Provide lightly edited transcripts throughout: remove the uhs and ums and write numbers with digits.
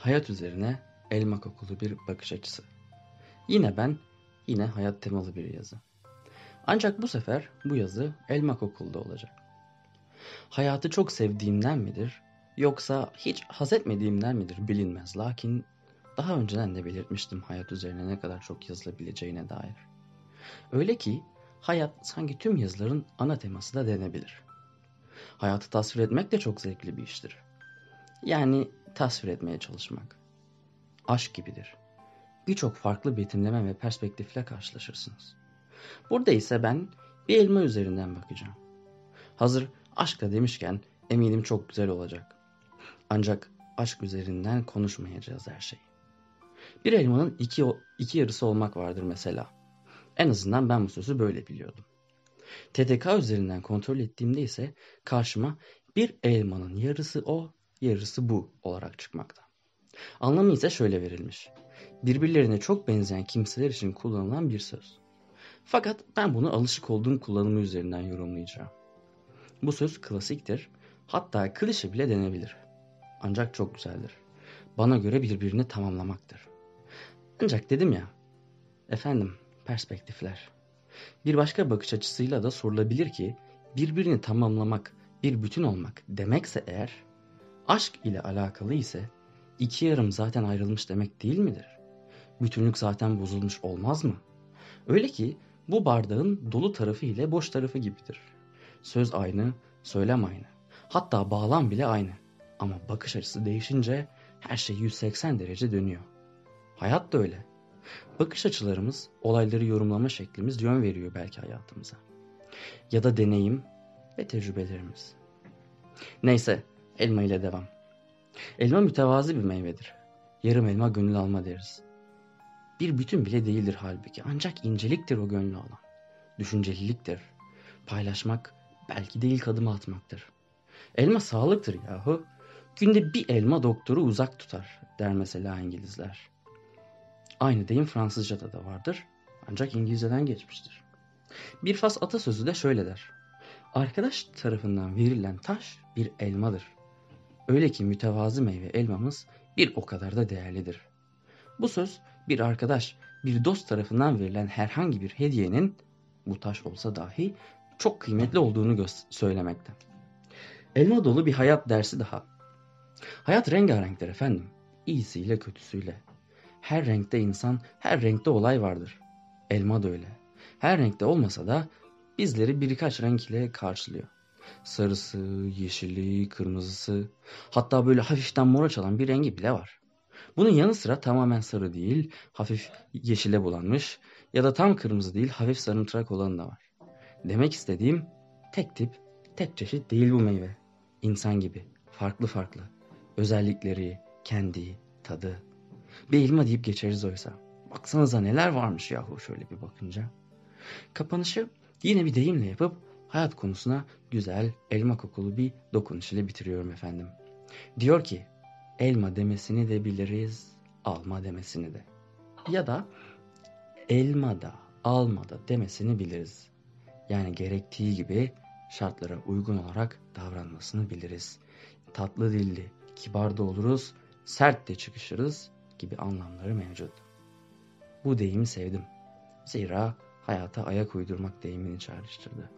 Hayat üzerine elma kokulu bir bakış açısı. Yine ben, yine hayat temalı bir yazı. Ancak bu sefer bu yazı elma kokulu olacak. Hayatı çok sevdiğimden midir, yoksa hiç haz etmediğimden midir bilinmez. Lakin daha önceden de belirtmiştim hayat üzerine ne kadar çok yazılabileceğine dair. Öyle ki hayat sanki tüm yazıların ana teması da denebilir. Hayatı tasvir etmek de çok zevkli bir iştir. Yani tasvir etmeye çalışmak. Aşk gibidir. Birçok farklı betimleme ve perspektifle karşılaşırsınız. Burada ise ben bir elma üzerinden bakacağım. Hazır aşkla demişken eminim çok güzel olacak. Ancak aşk üzerinden konuşmayacağız her şeyi. Bir elmanın iki yarısı olmak vardır mesela. En azından ben bu sözü böyle biliyordum. TDK üzerinden kontrol ettiğimde ise karşıma bir elmanın yarısı o, yarısı bu olarak çıkmakta. Anlamı ise şöyle verilmiş. Birbirlerine çok benzeyen kimseler için kullanılan bir söz. Fakat ben bunu alışık olduğum kullanımı üzerinden yorumlayacağım. Bu söz klasiktir, hatta klişe bile denebilir. Ancak çok güzeldir. Bana göre birbirini tamamlamaktır. Ancak dedim ya, efendim perspektifler. Bir başka bakış açısıyla da sorulabilir ki, birbirini tamamlamak, bir bütün olmak demekse eğer, aşk ile alakalı ise iki yarım zaten ayrılmış demek değil midir? Bütünlük zaten bozulmuş olmaz mı? Öyle ki bu bardağın dolu tarafı ile boş tarafı gibidir. Söz aynı, söylem aynı. Hatta bağlam bile aynı. Ama bakış açısı değişince her şey 180 derece dönüyor. Hayat da öyle. Bakış açılarımız, olayları yorumlama şeklimiz yön veriyor belki hayatımıza. Ya da deneyim ve tecrübelerimiz. Neyse, elma ile devam. Elma mütevazi bir meyvedir. Yarım elma gönül alma deriz. Bir bütün bile değildir halbuki. Ancak inceliktir o gönlü alan. Düşünceliliktir. Paylaşmak belki de ilk adımı atmaktır. Elma sağlıktır yahu. Günde bir elma doktoru uzak tutar der mesela İngilizler. Aynı deyim Fransızca'da da vardır. Ancak İngilizceden geçmiştir. Bir Fas atasözü de şöyle der. Arkadaş tarafından verilen taş bir elmadır. Öyle ki mütevazı meyve elmamız bir o kadar da değerlidir. Bu söz bir arkadaş, bir dost tarafından verilen herhangi bir hediyenin, bu taş olsa dahi, çok kıymetli olduğunu söylemekte. Elma dolu bir hayat dersi daha. Hayat rengarenktir efendim. İyisiyle kötüsüyle. Her renkte insan, her renkte olay vardır. Elma da öyle. Her renkte olmasa da bizleri birkaç renk ile karşılıyor. Sarısı, yeşili, kırmızısı, hatta böyle hafiften mora çalan bir rengi bile var. Bunun yanı sıra tamamen sarı değil, hafif yeşile bulanmış ya da tam kırmızı değil, hafif sarımtırak olanı da var. Demek istediğim tek tip, tek çeşit değil bu meyve. İnsan gibi, farklı farklı. Özellikleri, kendi, tadı. Bir elma deyip geçeriz oysa. Baksanıza neler varmış yahu şöyle bir bakınca. Kapanışı yine bir deyimle yapıp hayat konusuna güzel, elma kokulu bir dokunuş ile bitiriyorum efendim. Diyor ki, elma demesini de biliriz, alma demesini de. Ya da elma da, alma da demesini biliriz. Yani gerektiği gibi şartlara uygun olarak davranmasını biliriz. Tatlı dilli, kibar da oluruz, sert de çıkışırız gibi anlamları mevcut. Bu deyimi sevdim. Zira hayata ayak uydurmak deyimini çağrıştırdı.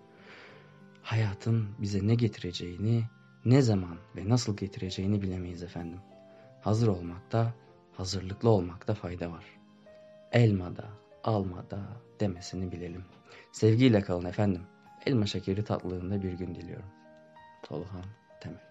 Hayatın bize ne getireceğini, ne zaman ve nasıl getireceğini bilemeyiz efendim. Hazır olmakta, hazırlıklı olmakta fayda var. Elmada, almada demesini bilelim. Sevgiyle kalın efendim. Elma şekeri tatlılığında bir gün diliyorum. Tolhan Temel.